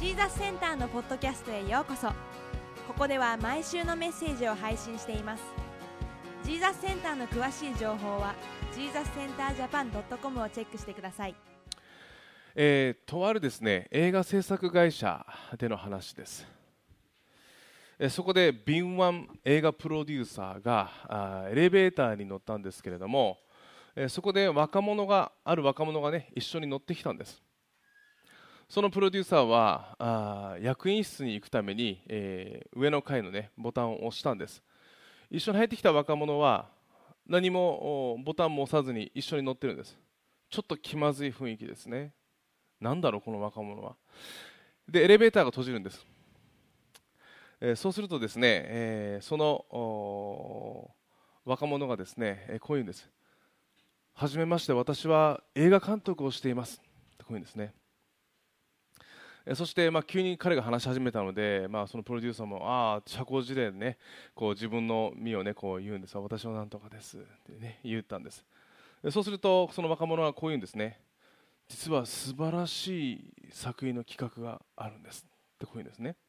ジーザスセンターのポッドキャストへようこそ。ここでは毎週のメッセージを配信しています。ジーザスセンターの詳しい情報は jesuscenterjapan.com をチェックしてください。 とあるですね、映画制作会社での話です。そこで敏腕映画プロデューサーがエレベーターに乗ったんですけれども、そこである若者がね、一緒に乗ってきたんです。そのプロデューサーは役員室に行くために、上の階のね、ボタンを押したんです。一緒に入ってきた若者は何もボタンも押さずに一緒に乗ってるんです。ちょっと気まずい雰囲気ですね。なんだろうこの若者は。でエレベーターが閉じるんです。そうするとですね、その若者がですね、こう言うんです。はじめまして、私は映画監督をしています。こう言うんですね。そして、急に彼が話し始めたので、そのプロデューサーも社交辞令でね、こう自分の身を、ね、こう言うんです。私はなんとかですって、ね、言ったんです。そうするとその若者はこう言うんですね。実は素晴らしい作品の企画があるんですってこう言うんですね。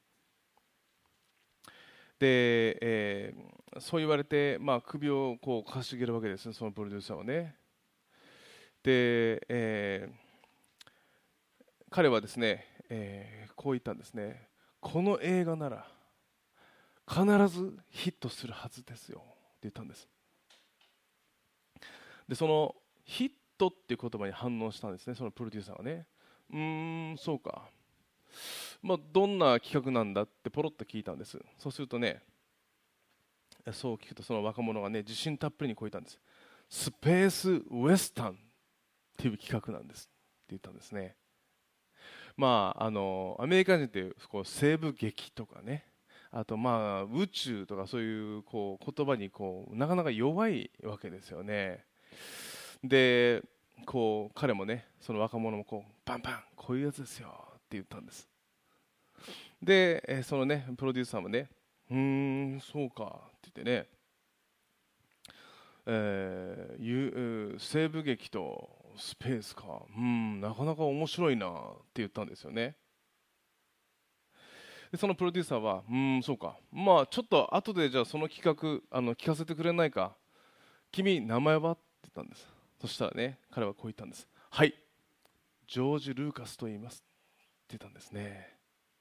で、そう言われて、首をこうかしげるわけですね、そのプロデューサーはね。で、彼はですね、こう言ったんですね。この映画なら必ずヒットするはずですよって言ったんです。でそのヒットっていう言葉に反応したんですね、そのプロデューサーはね。そうか、どんな企画なんだってポロッと聞いたんです。そうするとね、そう聞くとその若者がね、自信たっぷりにこう言ったんです。スペースウエスタンっていう企画なんですって言ったんですね。アメリカ人ってこう西部劇とかね、あと宇宙とかそういうこう言葉にこうなかなか弱いわけですよね。でこう彼もね、その若者もこうバンバンこういうやつですよって言ったんです。でそのねプロデューサーもね、そうかって言ってね、西部劇とスペースか、なかなか面白いなって言ったんですよね。でそのプロデューサーはそうか、ちょっと後でじゃあその企画聞かせてくれないか、君名前はって言ったんです。そしたらね、彼はこう言ったんです。はい、ジョージ・ルーカスと言いますって言ったんですね。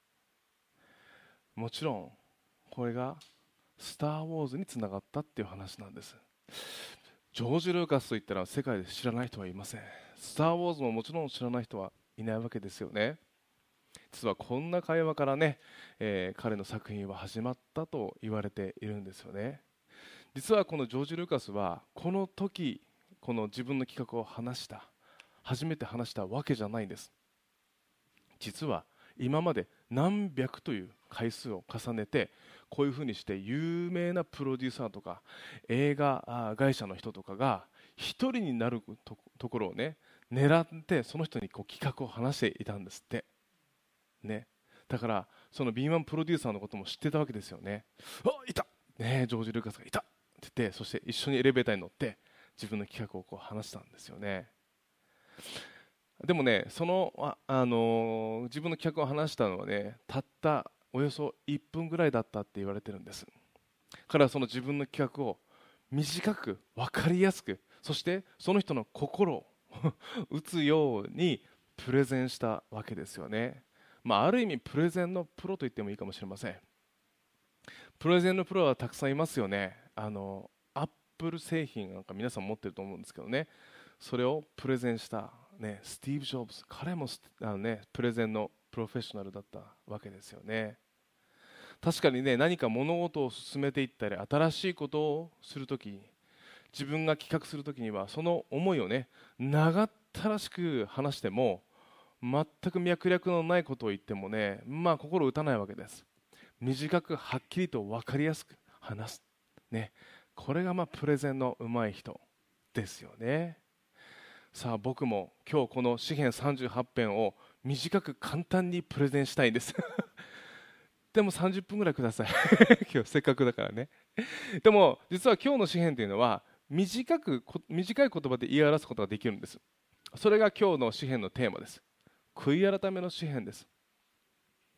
もちろんこれがスター・ウォーズにつながったっていう話なんです。ジョージ・ルーカスといったら世界で知らない人はいません。スター・ウォーズももちろん知らない人はいないわけですよね。実はこんな会話からね、彼の作品は始まったと言われているんですよね。実はこのジョージ・ルーカスはこの時この自分の企画を初めて話したわけじゃないんです。実は今まで何百という回数を重ねて、こういうふうにして有名なプロデューサーとか映画会社の人とかが一人になるところをね狙って、その人にこう企画を話していたんですってね。だからその敏腕プロデューサーのことも知ってたわけですよね。いたね、ジョージ・ルーカスがいたって言って、そして一緒にエレベーターに乗って自分の企画をこう話したんですよね。でもね、その自分の企画を話したのはね、たったおよそ1分ぐらいだったって言われてるんです。彼はその自分の企画を短く分かりやすく、そしてその人の心を打つようにプレゼンしたわけですよね。ある意味プレゼンのプロと言ってもいいかもしれません。プレゼンのプロはたくさんいますよね。アップル製品なんか皆さん持ってると思うんですけどね、それをプレゼンしたスティーブ・ジョブズ、彼もプレゼンのプロフェッショナルだったわけですよね。確かにね、何か物事を進めていったり新しいことをするときに、自分が企画するときにはその思いをね長ったらしく話しても、全く脈絡のないことを言ってもね、心打たないわけです。短くはっきりと分かりやすく話す、これがプレゼンの上手い人ですよね。さあ僕も今日この詩編38編を短く簡単にプレゼンしたいんですでも30分ぐらいください今日せっかくだからね。でも実は今日の詩編というのは短い言葉で言い表すことができるんです。それが今日の詩編のテーマです。悔い改めの詩編です。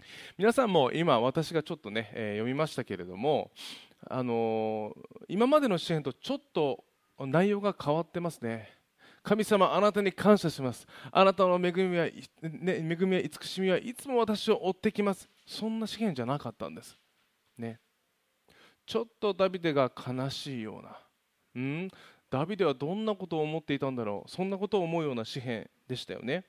皆さんも今私がちょっとね、読みましたけれども、今までの詩篇とちょっと内容が変わってますね。神様、あなたに感謝します。あなたの恵みや慈しみはいつも私を追ってきます。そんな詩篇じゃなかったんです、ね。ちょっとダビデが悲しいような、ダビデはどんなことを思っていたんだろう、そんなことを思うような詩篇でしたよね。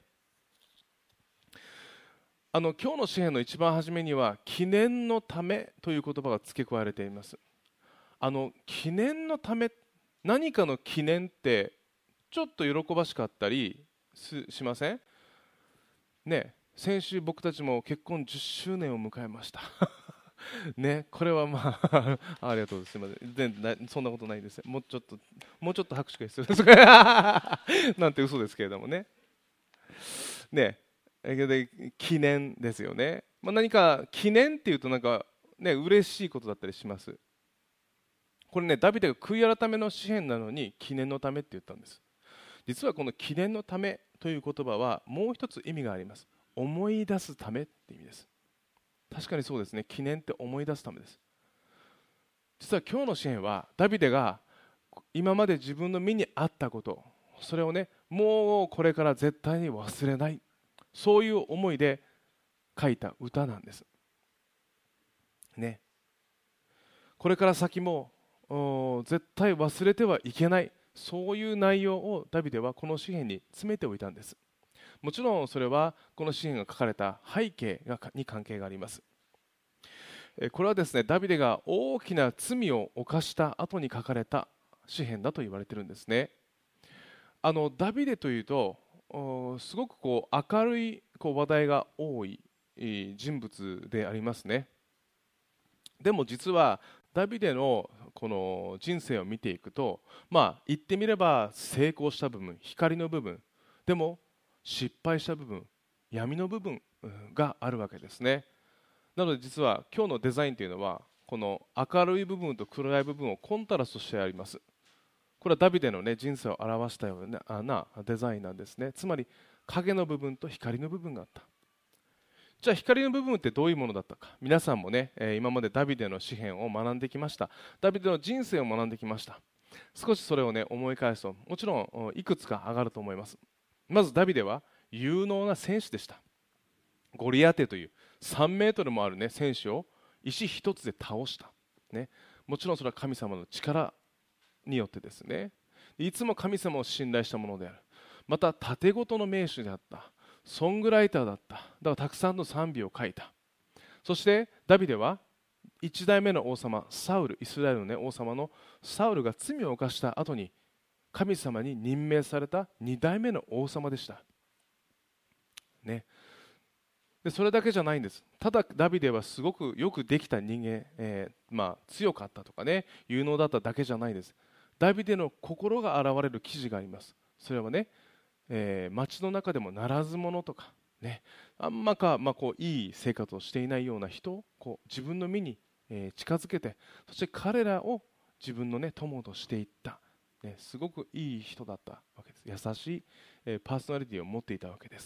今日の詩篇の一番初めには記念のためという言葉が付け加えられています。記念のため、何かの記念ってちょっと喜ばしかったりしませんね。先週僕たちも結婚10周年を迎えましたね、これはまあありがとうございます。すみません、全然そんなことないです。もうちょっと拍手が必要ですなんて嘘ですけれどもね。ね、で記念ですよね。何か記念っていうとなんかね、嬉しいことだったりします。これね、ダビデが悔い改めの詩篇なのに記念のためって言ったんです。実はこの記念のためという言葉はもう一つ意味があります。思い出すためって意味です。確かにそうですね。記念って思い出すためです。実は今日の詩篇はダビデが今まで自分の身にあったこと、それをね、もうこれから絶対に忘れない、そういう思いで書いた歌なんですね。これから先も絶対忘れてはいけない、そういう内容をダビデはこの詩篇に詰めておいたんです。もちろんそれはこの詩篇が書かれた背景に関係があります。これはですね、ダビデが大きな罪を犯した後に書かれた詩篇だと言われているんですね。ダビデというとすごく明るい話題が多い人物でありますね。でも実はダビデのこの人生を見ていくと、言ってみれば成功した部分、光の部分、でも失敗した部分、闇の部分があるわけですね。なので実は今日のデザインというのはこの明るい部分と暗い部分をコントラストしてあります。これはダビデの、人生を表したようなデザインなんですね。つまり影の部分と光の部分があった。じゃあ光の部分ってどういうものだったか。皆さんもね、今までダビデの詩篇を学んできました。ダビデの人生を学んできました。少しそれをね、思い返すともちろんいくつか上がると思います。まずダビデは有能な戦士でした。ゴリアテという3メートルもある、戦士を石一つで倒した、もちろんそれは神様の力によってですね。いつも神様を信頼したものである。また盾事の名手であった。ソングライターだった。だからたくさんの賛美を書いた。そしてダビデは1代目の王様サウル、イスラエルの、王様のサウルが罪を犯した後に神様に任命された2代目の王様でした、でそれだけじゃないんです。ただダビデはすごくよくできた人間、強かったとかね、有能だっただけじゃないです。ダビデの心が現れる記事があります。それはね、町の中でもならず者とかね、あんまか、いい生活をしていないような人を自分の身に、近づけて、そして彼らを自分の、友としていった、すごくいい人だったわけです。優しい、パーソナリティを持っていたわけです。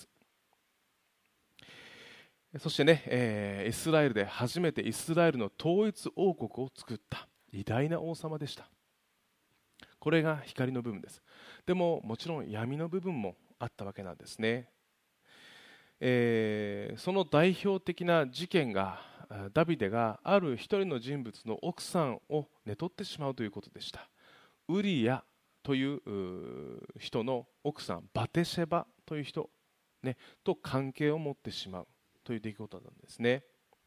そしてね、イスラエルで初めてイスラエルの統一王国を作った偉大な王様でした。これが光の部分です。でももちろん闇の部分もあったわけなんですね。その代表的な事件がダビデがある一人の人物の奥さんを寝取ってしまうということでした。ウリヤという人の奥さんバテシェバという人、と関係を持ってしまうという出来事なんですね。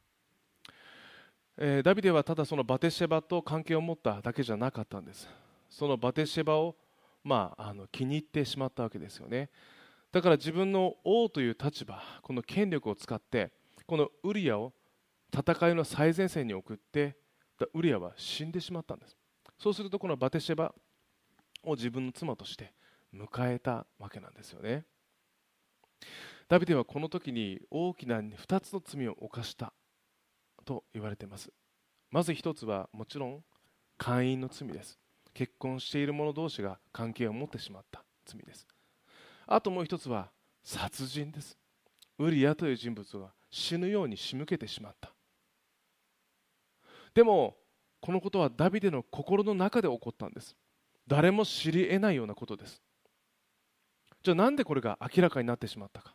ダビデはただそのバテシェバと関係を持っただけじゃなかったんです。そのバテシェバを、気に入ってしまったわけですよね。だから自分の王という立場、この権力を使ってこのウリヤを戦いの最前線に送って、ウリヤは死んでしまったんです。そうするとこのバテシェバを自分の妻として迎えたわけなんですよね。ダビデはこの時に大きな2つの罪を犯したと言われています。まず一つはもちろん姦淫の罪です。結婚している者同士が関係を持ってしまった罪です。あともう一つは殺人です。ウリヤという人物が死ぬように仕向けてしまった。でもこのことはダビデの心の中で起こったんです。誰も知り得ないようなことです。じゃあなんでこれが明らかになってしまったか。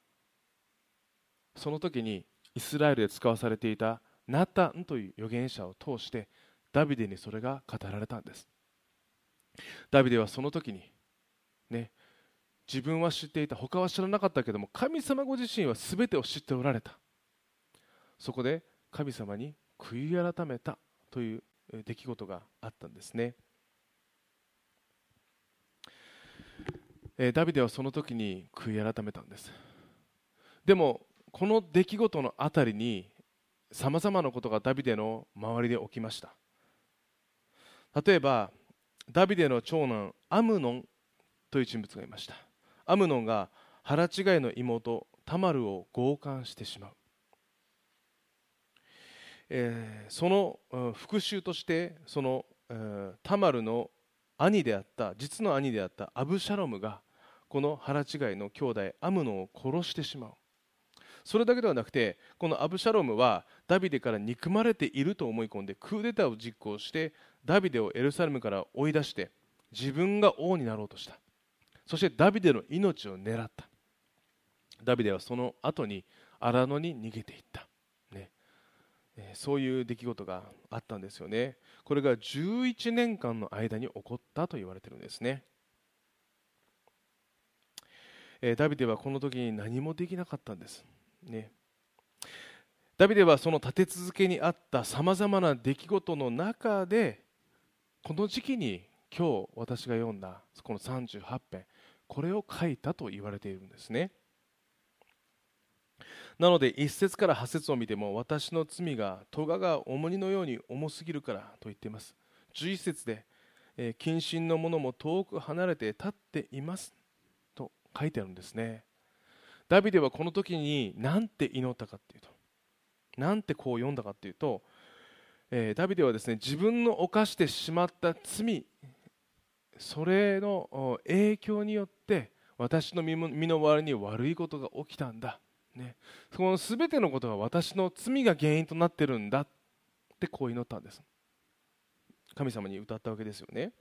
その時にイスラエルで使わされていたナタンという預言者を通してダビデにそれが語られたんです。ダビデはその時にね、自分は知っていた、他は知らなかったけども、神様ご自身は全てを知っておられた。そこで神様に悔い改めたという出来事があったんですね。ダビデはその時に悔い改めたんです。でもこの出来事のあたりにさまざまなことがダビデの周りで起きました。例えばダビデの長男アムノンという人物がいました。アムノンが腹違いの妹タマルを強姦してしまう。その復讐としてそのタマルの実の兄であったアブシャロムがこの腹違いの兄弟アムノンを殺してしまう。それだけではなくて、このアブシャロムはダビデから憎まれていると思い込んでクーデターを実行してダビデをエルサレムから追い出して自分が王になろうとした。そしてダビデの命を狙った。ダビデはその後に荒野に逃げていった、ね。そういう出来事があったんですよね。これが11年間の間に起こったと言われているんですね。ダビデはこの時に何もできなかったんですね。ダビデはその立て続けにあったさまざまな出来事の中で、この時期に今日私が読んだこの38編、これを書いたと言われているんですね。なので1節から8節を見ても、私の罪が咎が重荷のように重すぎるからと言っています。11節で、近親の者も遠く離れて立っていますと書いてあるんですね。ダビデはこの時に何て祈ったかっていうと、なんてこう読んだかっていうと、ダビデはですね、自分の犯してしまった罪、それの影響によって私の身の回りに悪いことが起きたんだ、ね、その全てのことが私の罪が原因となってるんだってこう祈ったんです。神様に歌ったわけですよね。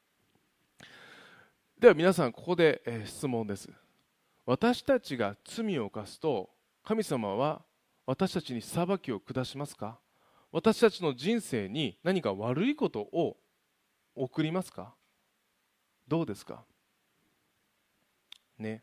では皆さん、ここで質問です。私たちが罪を犯すと神様は私たちに裁きを下しますか？私たちの人生に何か悪いことを送りますか？どうですかね。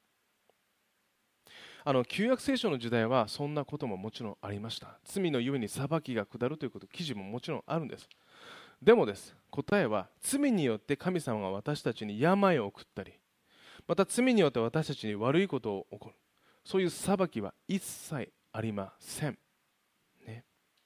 旧約聖書の時代はそんなことももちろんありました。罪のゆえに裁きが下るということ記事ももちろんあるんです。でもです、答えは罪によって神様が私たちに病を送ったり、また罪によって私たちに悪いことを起こる、そういう裁きは一切ありません、ね。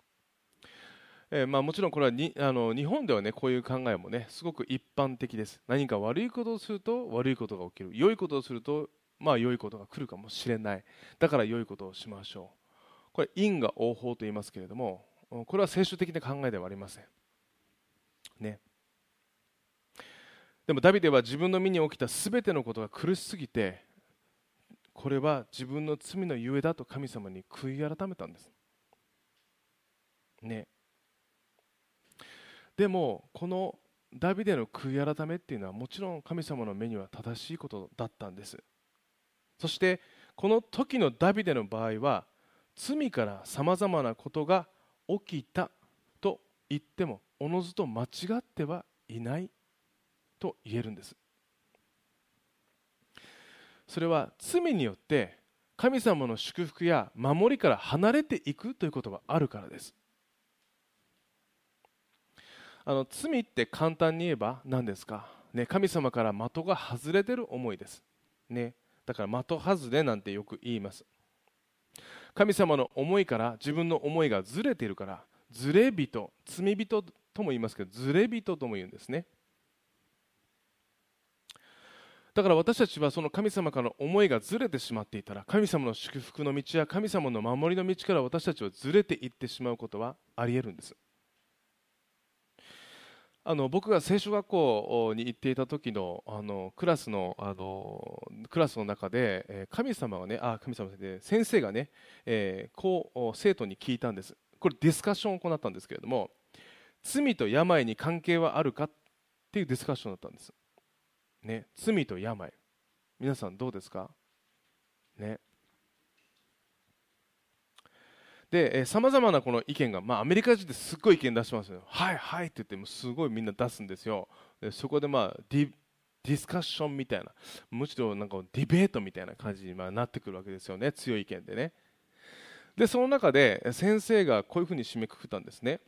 もちろんこれは日本ではね、こういう考えもねすごく一般的です。何か悪いことをすると悪いことが起きる、良いことをすると良いことが来るかもしれない、だから良いことをしましょう。これ因果応報と言いますけれども、これは聖書的な考えではありません、ね。でもダビデは自分の身に起きた全てのことが苦しすぎて、これは自分の罪のゆえだと神様に悔い改めたんです、ね。でもこのダビデの悔い改めっていうのはもちろん神様の目には正しいことだったんです。そしてこの時のダビデの場合は、罪からさまざまなことが起きたと言ってもおのずと間違ってはいないと言えるんです。それは罪によって神様の祝福や守りから離れていくということがあるからです。罪って簡単に言えば何ですか、ね、神様から的が外れてる思いです、ね。だから的外れなんてよく言います。神様の思いから自分の思いがずれているから、ずれ人、罪人とも言いますけど、ずれ人とも言うんですね。だから私たちはその神様からの思いがずれてしまっていたら、神様の祝福の道や神様の守りの道から私たちはずれていってしまうことはあり得るんです。 僕が聖書学校に行っていた時の、クラスの、中で、神様がね、神様で先生がね、こう生徒に聞いたんです。これディスカッションを行ったんですけれども、罪と病に関係はあるかっていうディスカッションだったんです、ね、罪と病、皆さんどうですかね。で、さまざまなこの意見が、アメリカ人ってすっごい意見出しますよ。はいはいって言ってもすごいみんな出すんですよ。でそこでディスカッションみたいな、むしろなんかディベートみたいな感じになってくるわけですよね、強い意見でね。でその中で先生がこういうふうに締めくくったんですね。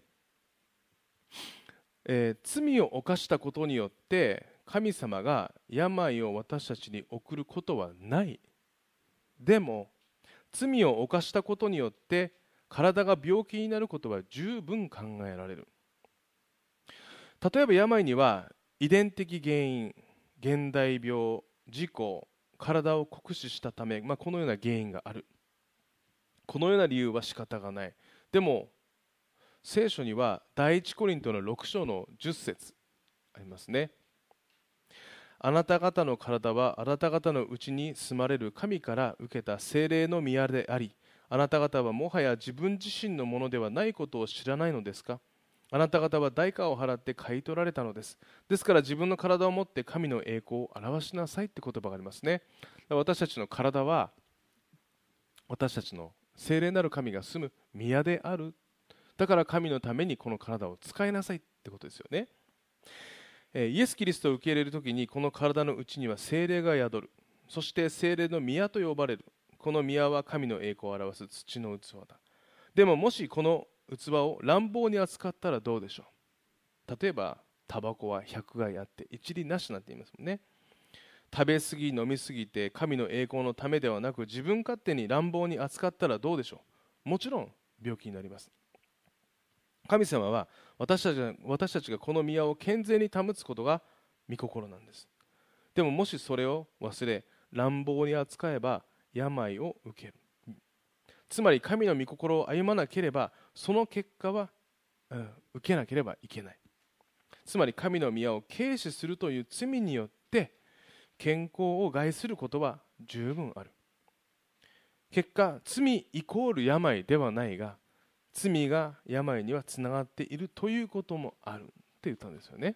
罪を犯したことによって神様が病を私たちに送ることはない。でも罪を犯したことによって体が病気になることは十分考えられる。例えば病には遺伝的原因、現代病、事故、体を酷使したため、このような原因がある。このような理由は仕方がない。でも聖書には第一コリントの6章の10節ありますね。あなた方の体はあなた方のうちに住まれる神から受けた聖霊の宮であり、あなた方はもはや自分自身のものではないことを知らないのですか。あなた方は代価を払って買い取られたのです。ですから自分の体を持って神の栄光を表しなさいって言葉がありますね。私たちの体は私たちの聖霊なる神が住む宮である。だから神のためにこの体を使いなさいってことですよね。イエス・キリストを受け入れるときにこの体のうちには聖霊が宿る。そして聖霊の宮と呼ばれる。この宮は神の栄光を表す土の器だ。でももしこの器を乱暴に扱ったらどうでしょう。例えばタバコは100害あって一理なしなんて言いますもんね。食べ過ぎ飲み過ぎて神の栄光のためではなく自分勝手に乱暴に扱ったらどうでしょう。もちろん病気になります。神様は私たちがこの宮を健全に保つことが御心なんです。でももしそれを忘れ乱暴に扱えば病を受ける。つまり神の御心を歩まなければその結果は、受けなければいけない。つまり神の宮を軽視するという罪によって健康を害することは十分ある。結果罪イコール病ではないが罪が病にはつながっているということもあるって言ったんですよね。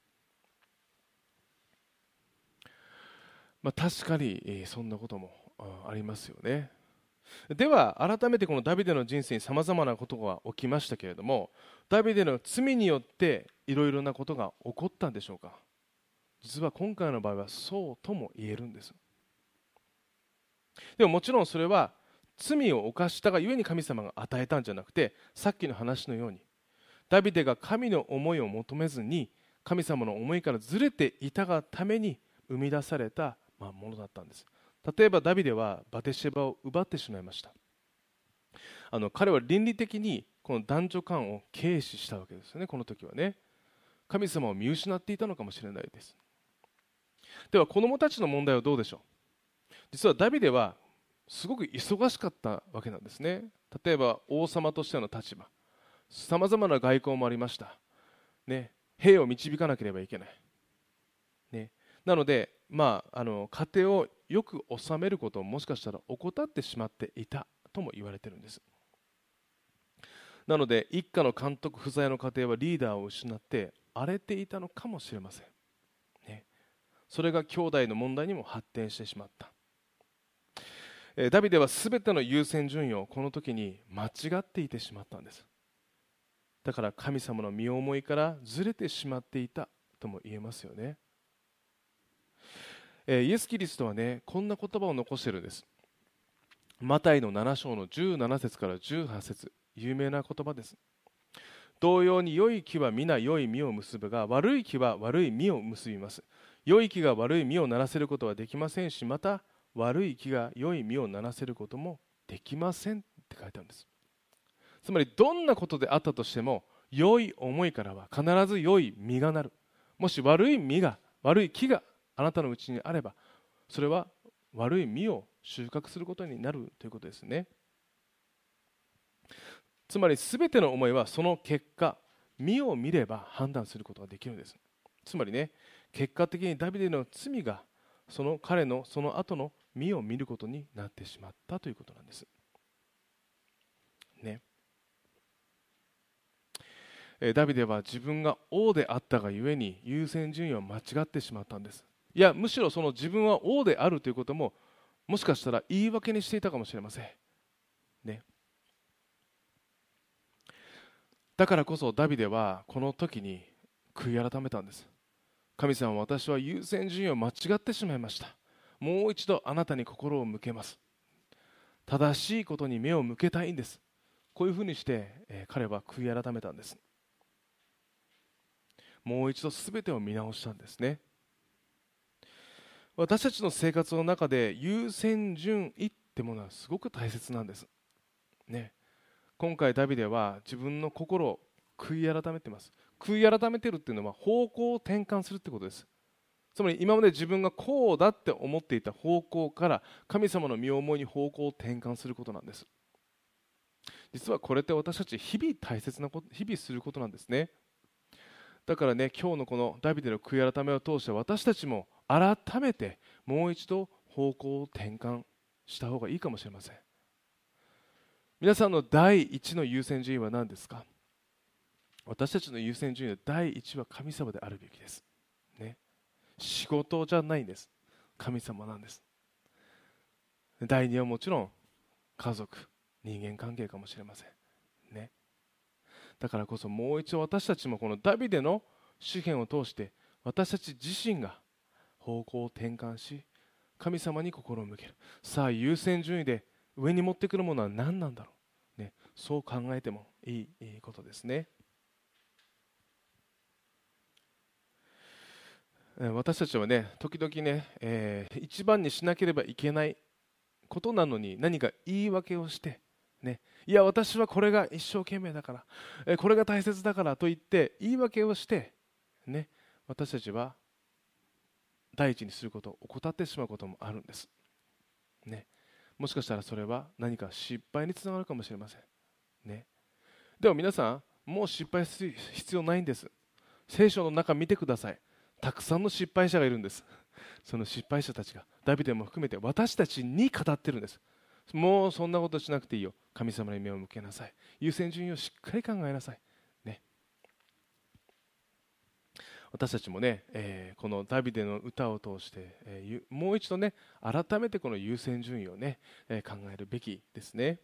確かにそんなこともありますよね。では改めてこのダビデの人生にさまざまなことが起きましたけれども、ダビデの罪によっていろいろなことが起こったんでしょうか。実は今回の場合はそうとも言えるんです。でももちろんそれは罪を犯したがゆえに神様が与えたんじゃなくて、さっきの話のようにダビデが神の思いを求めずに神様の思いからずれていたがために生み出されたものだったんです。例えばダビデはバテシェバを奪ってしまいました。彼は倫理的にこの男女間を軽視したわけですよね。この時はね、神様を見失っていたのかもしれないです。では子供たちの問題はどうでしょう。実はダビデはすごく忙しかったわけなんですね。例えば王様としての立場、さまざまな外交もありました、ね、兵を導かなければいけない、ね、なので、家庭をよく治めることをもしかしたら怠ってしまっていたとも言われているんです。なので一家の監督不在の家庭はリーダーを失って荒れていたのかもしれません、ね、それが兄弟の問題にも発展してしまった。ダビデはすべての優先順位をこの時に間違っていてしまったんです。だから神様の身思いからずれてしまっていたとも言えますよね。イエス・キリストはね、こんな言葉を残しているんです。マタイの7章の17節から18節、有名な言葉です。同様に良い木は皆良い実を結ぶが、悪い木は悪い実を結びます。良い木が悪い実をならせることはできませんし、また悪い木が良い実をならせることもできませんって書いてあるんです。つまりどんなことであったとしても良い思いからは必ず良い実がなる。もし悪い木があなたのうちにあれば、それは悪い実を収穫することになるということですね。つまり全ての思いはその結果、 身を見れば判断することができるんです。つまりね、結果的にダビデの罪が彼のその後の身を見ることになってしまったということなんですね。ダビデは自分が王であったがゆえに優先順位を間違ってしまったんです。いや、むしろその自分は王であるということももしかしたら言い訳にしていたかもしれませんね。だからこそダビデはこの時に悔い改めたんです。神様、私は優先順位を間違ってしまいました。もう一度あなたに心を向けます。正しいことに目を向けたいんです。こういうふうにして、彼は悔い改めたんです。もう一度すべてを見直したんですね。私たちの生活の中で優先順位ってものはすごく大切なんですね。今回ダビデは自分の心を悔い改めています。悔い改めてるっていうのは方向を転換するってことです。つまり今まで自分がこうだって思っていた方向から神様の身を思いに方向を転換することなんです。実はこれって私たち日々大切なこと、日々することなんですね。だからね、今日のこのダビデの悔い改めを通して私たちも改めてもう一度方向を転換した方がいいかもしれません。皆さんの第一の優先順位は何ですか？私たちの優先順位の第一は神様であるべきですね。仕事じゃないんです。神様なんです。第二はもちろん家族、人間関係かもしれませんね。だからこそもう一度私たちもこのダビデの詩篇を通して私たち自身が方向を転換し神様に心を向ける。さあ優先順位で上に持ってくるものは何なんだろう、ね、そう考えてもいいことですね。私たちはね、時々ね、一番にしなければいけないことなのに何か言い訳をして、ね、いや私はこれが一生懸命だから、これが大切だからと言って言い訳をして、ね、私たちは第一にすることを怠ってしまうこともあるんです、ね、もしかしたらそれは何か失敗につながるかもしれません、ね、でも皆さんもう失敗する必要ないんです。聖書の中見てください。たくさんの失敗者がいるんです。その失敗者たちがダビデも含めて私たちに語ってるんです。もうそんなことしなくていいよ。神様に目を向けなさい。優先順位をしっかり考えなさい、ね、私たちもね、このダビデの歌を通して、もう一度ね改めてこの優先順位をね、考えるべきですね。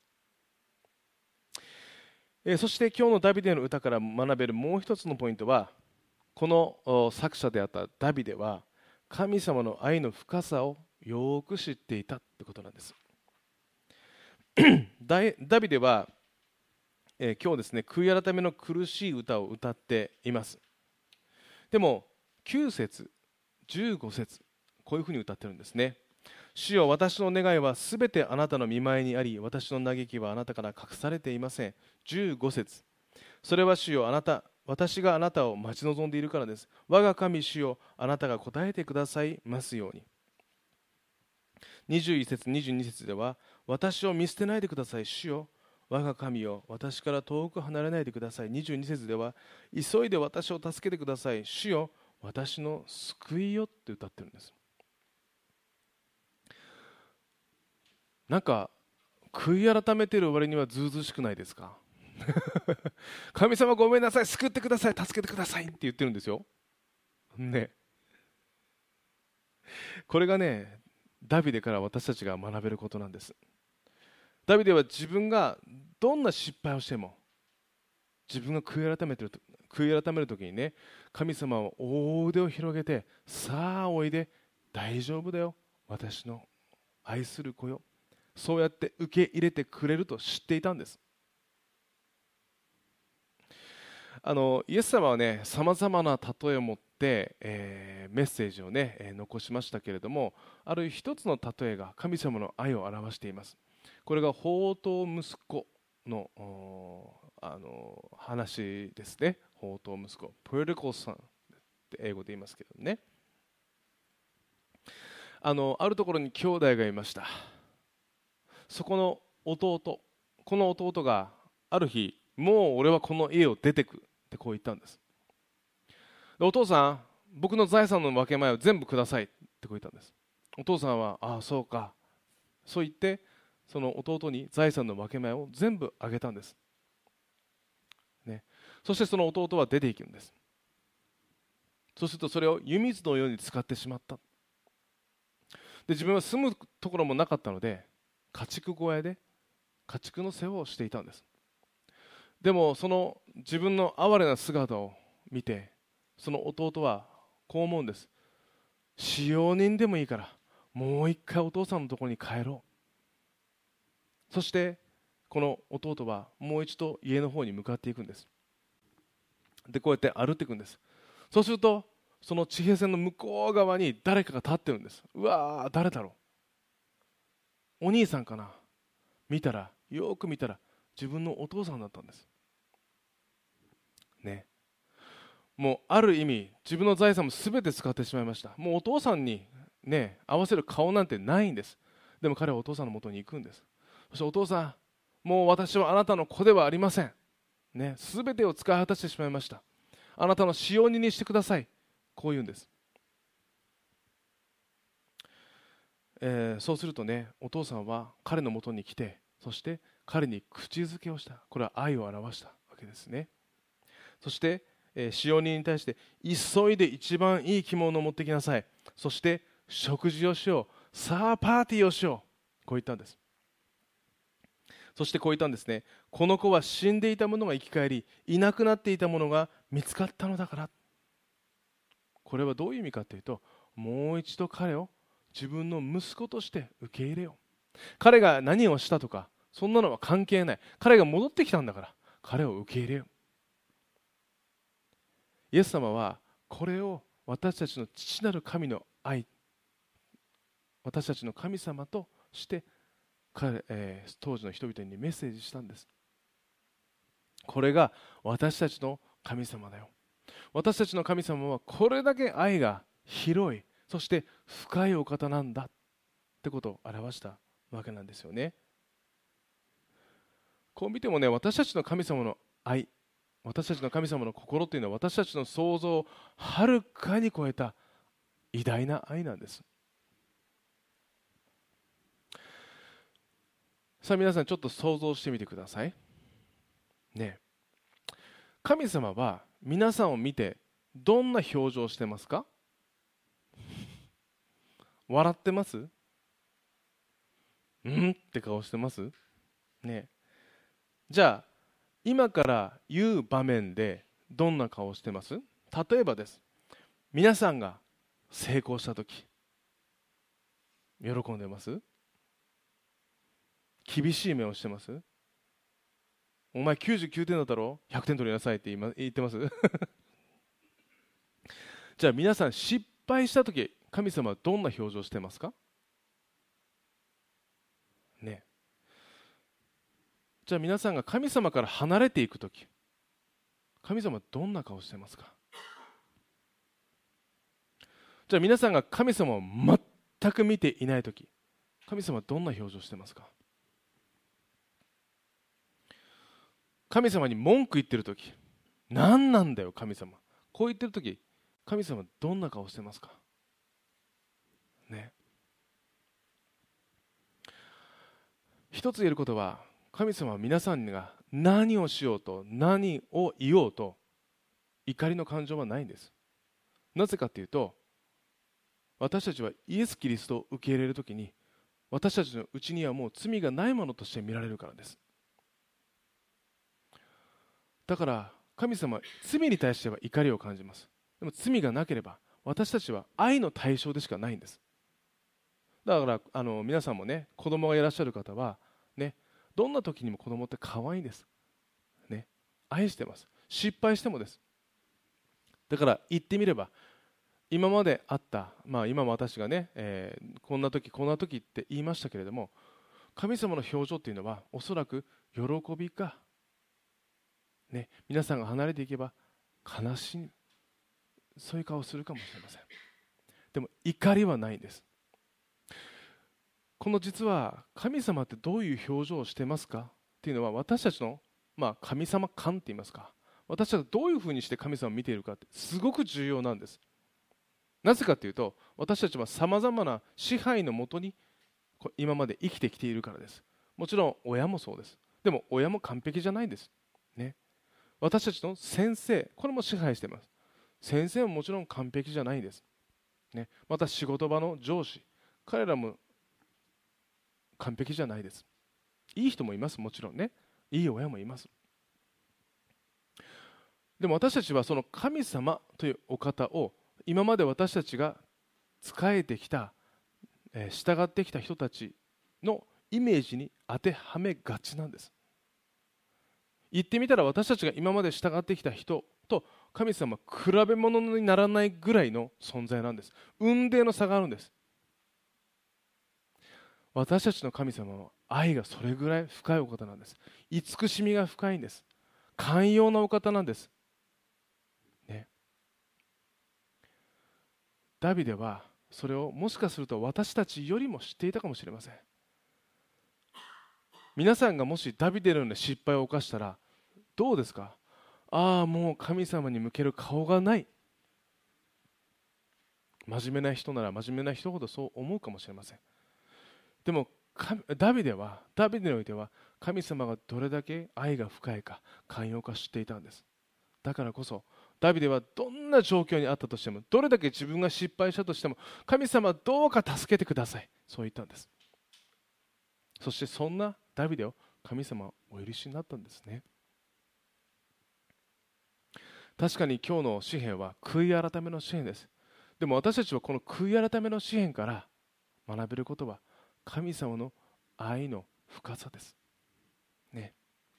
そして今日のダビデの歌から学べるもう一つのポイントは、この作者であったダビデは神様の愛の深さをよく知っていたということなんです。ダビデは、今日ですね悔い改めの苦しい歌を歌っています。でも9節15節こういうふうに歌ってるんですね。主よ、私の願いはすべてあなたの御前にあり、私の嘆きはあなたから隠されていません。15節それは主よ、私があなたを待ち望んでいるからです。我が神主よ、あなたが答えてくださいますように。21節22節では、私を見捨てないでください。主よ、我が神よ、私から遠く離れないでください。22節では、急いで私を助けてください。主よ、私の救いよって歌ってるんです。なんか悔い改めてる割にはずうずうしくないですか？神様ごめんなさい、救ってください、助けてくださいって言ってるんですよ、ね、これがねダビデから私たちが学べることなんです。ダビデは自分がどんな失敗をしても自分が悔い改める時にね、神様は大腕を広げて、さあおいで、大丈夫だよ、私の愛する子よ、そうやって受け入れてくれると知っていたんです。イエス様はねさまざまな例えを持って、メッセージをね、残しましたけれども、ある一つの例えが神様の愛を表しています。これが放蕩息子の話ですね。放蕩息子、プロディカルsonって英語で言いますけどね、あるところに兄弟がいました。そこの弟、この弟がある日、もう俺はこの家を出てくってこう言ったんです。でお父さん、僕の財産の分け前を全部くださいってこう言ったんです。お父さんは、ああそうか、そう言ってその弟に財産の分け前を全部あげたんです、ね、そしてその弟は出ていくんです。そうするとそれを湯水のように使ってしまった。で自分は住むところもなかったので家畜小屋で家畜の世話をしていたんです。でもその自分の哀れな姿を見てその弟はこう思うんです。使用人でもいいからもう一回お父さんのところに帰ろう。そしてこの弟はもう一度家の方に向かっていくんです。でこうやって歩っていくんです。そうするとその地平線の向こう側に誰かが立ってるんです。うわー、誰だろう、お兄さんかな。よく見たら自分のお父さんだったんですね。もうある意味自分の財産も全て使ってしまいました。もうお父さんにね合わせる顔なんてないんです。でも彼はお父さんのもとに行くんです。そしてお父さん、もう私はあなたの子ではありません、ね、全てを使い果たしてしまいました。あなたの使用人にしてください、こう言うんです。そうするとね、お父さんは彼のもとに来て、そして彼に口づけをした。これは愛を表したわけですね。そして、使用人に対して、急いで一番いい着物を持ってきなさい、そして食事をしよう、さあパーティーをしよう、こう言ったんです。そしてこう言ったんですね。この子は死んでいた者が生き返り、いなくなっていた者が見つかったのだから。これはどういう意味かというと、もう一度彼を自分の息子として受け入れよう。彼が何をしたとかそんなのは関係ない。彼が戻ってきたんだから彼を受け入れよう。イエス様はこれを私たちの父なる神の愛、私たちの神様として当時の人々にメッセージしたんです。これが私たちの神様だよ。私たちの神様はこれだけ愛が広い、そして深いお方なんだってことを表したわけなんですよね。こう見てもね、私たちの神様の愛、私たちの神様の心というのは私たちの想像をはるかに超えた偉大な愛なんです。さあ皆さん、ちょっと想像してみてくださいね。神様は皆さんを見てどんな表情をしてますか？笑ってます？うんって顔してますね。じゃあ今から言う場面でどんな顔をしてます？例えばです。皆さんが成功したとき喜んでます？厳しい目をしてます？お前99点だったろ、100点取りなさいって言ってますじゃあ皆さん失敗したとき神様はどんな表情してますかね。じゃあ皆さんが神様から離れていくとき神様はどんな顔してますか？じゃあ皆さんが神様を全く見ていないとき神様はどんな表情してますか？神様に文句言ってるとき、何なんだよ神様、こう言ってるとき神様はどんな顔してますかね。一つ言えることは、神様は皆さんが何をしようと何を言おうと怒りの感情はないんです。なぜかというと、私たちはイエス・キリストを受け入れるときに私たちのうちにはもう罪がないものとして見られるからです。だから神様は罪に対しては怒りを感じます。でも罪がなければ私たちは愛の対象でしかないんです。だから皆さんもね、子供がいらっしゃる方はね、どんな時にも子供って可愛いんですね。愛してます。失敗してもです。だから言ってみれば今まであった、今も私がね、こんな時こんな時って言いましたけれども、神様の表情っていうのはおそらく喜びか、ね、皆さんが離れていけば悲しい、そういう顔をするかもしれません。でも怒りはないんです。この実は神様ってどういう表情をしてますかっていうのは私たちの、神様観って言いますか、 私たちがどういうふうにして神様を見ているかってすごく重要なんです。なぜかというと、私たちはさまざまな支配のもとに今まで生きてきているからです。もちろん親もそうです。でも親も完璧じゃないんです、ね、私たちの先生、これも支配しています。先生ももちろん完璧じゃないんです、ね、また仕事場の上司、彼らも完璧じゃないです。いい人もいます、もちろんね。いい親もいます。でも私たちはその神様というお方を今まで私たちが仕えてきた、従ってきた人たちのイメージに当てはめがちなんです。言ってみたら、私たちが今まで従ってきた人と神様は比べ物にならないぐらいの存在なんです。雲泥の差があるんです。私たちの神様は愛がそれぐらい深いお方なんです。慈しみが深いんです。寛容なお方なんです、ね、ダビデはそれをもしかすると私たちよりも知っていたかもしれません。皆さんがもしダビデのような失敗を犯したらどうですか？ああ、もう神様に向ける顔がない。真面目な人なら真面目な人ほどそう思うかもしれません。でもダビデにおいては神様がどれだけ愛が深いか寛容か知っていたんです。だからこそダビデはどんな状況にあったとしても、どれだけ自分が失敗したとしても、神様どうか助けてください、そう言ったんです。そしてそんなダビデを神様はお許しになったんですね。確かに今日の詩篇は悔い改めの詩篇です。でも私たちはこの悔い改めの詩篇から学べることは神様の愛の深さです、ね、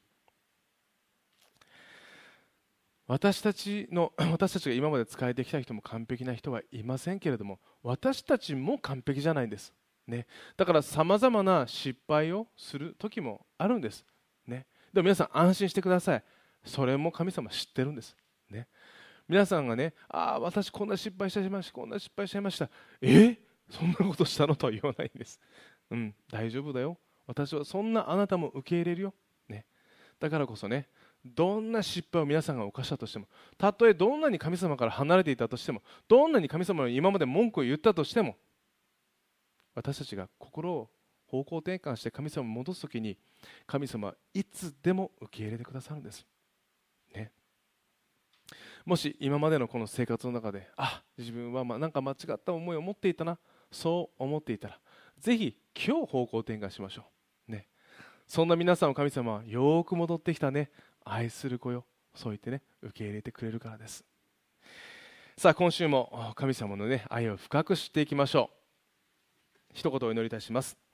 私たちが今まで仕えてきた人も完璧な人はいませんけれども、私たちも完璧じゃないんです、ね、だからさまざまな失敗をする時もあるんです、ね、でも皆さん安心してください。それも神様知ってるんです、ね、皆さんがね、私こんな失敗しちゃいました、こんな失敗しちゃいました、そんなことしたのとは言わないんです。大丈夫だよ、私はそんなあなたも受け入れるよ、ね、だからこそね、どんな失敗を皆さんが犯したとしても、たとえどんなに神様から離れていたとしても、どんなに神様に今まで文句を言ったとしても、私たちが心を方向転換して神様に戻すときに、神様はいつでも受け入れてくださるんです、ね、もし今までのこの生活の中で自分はなんか間違った思いを持っていたな、そう思っていたらぜひ今日方向転換しましょう、ね、そんな皆さんを神様はよく戻ってきたね、愛する子よ、そう言ってね受け入れてくれるからです。さあ今週も神様のね愛を深く知っていきましょう。一言お祈りいたします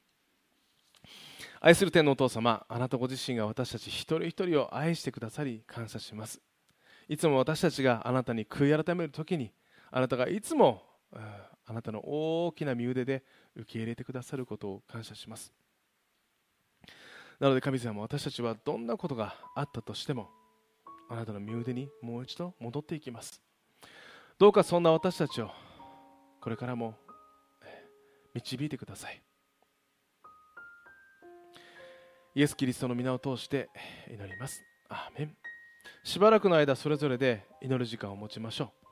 愛する天のお父様、あなたご自身が私たち一人一人を愛してくださり感謝します。いつも私たちがあなたに悔い改めるときに、あなたがいつもあなたの大きな身腕で受け入れてくださることを感謝します。なので神様、私たちはどんなことがあったとしてもあなたの身腕にもう一度戻っていきます。どうかそんな私たちをこれからも導いてください。イエス・キリストの皆を通して祈ります。アーメン。しばらくの間それぞれで祈る時間を持ちましょう。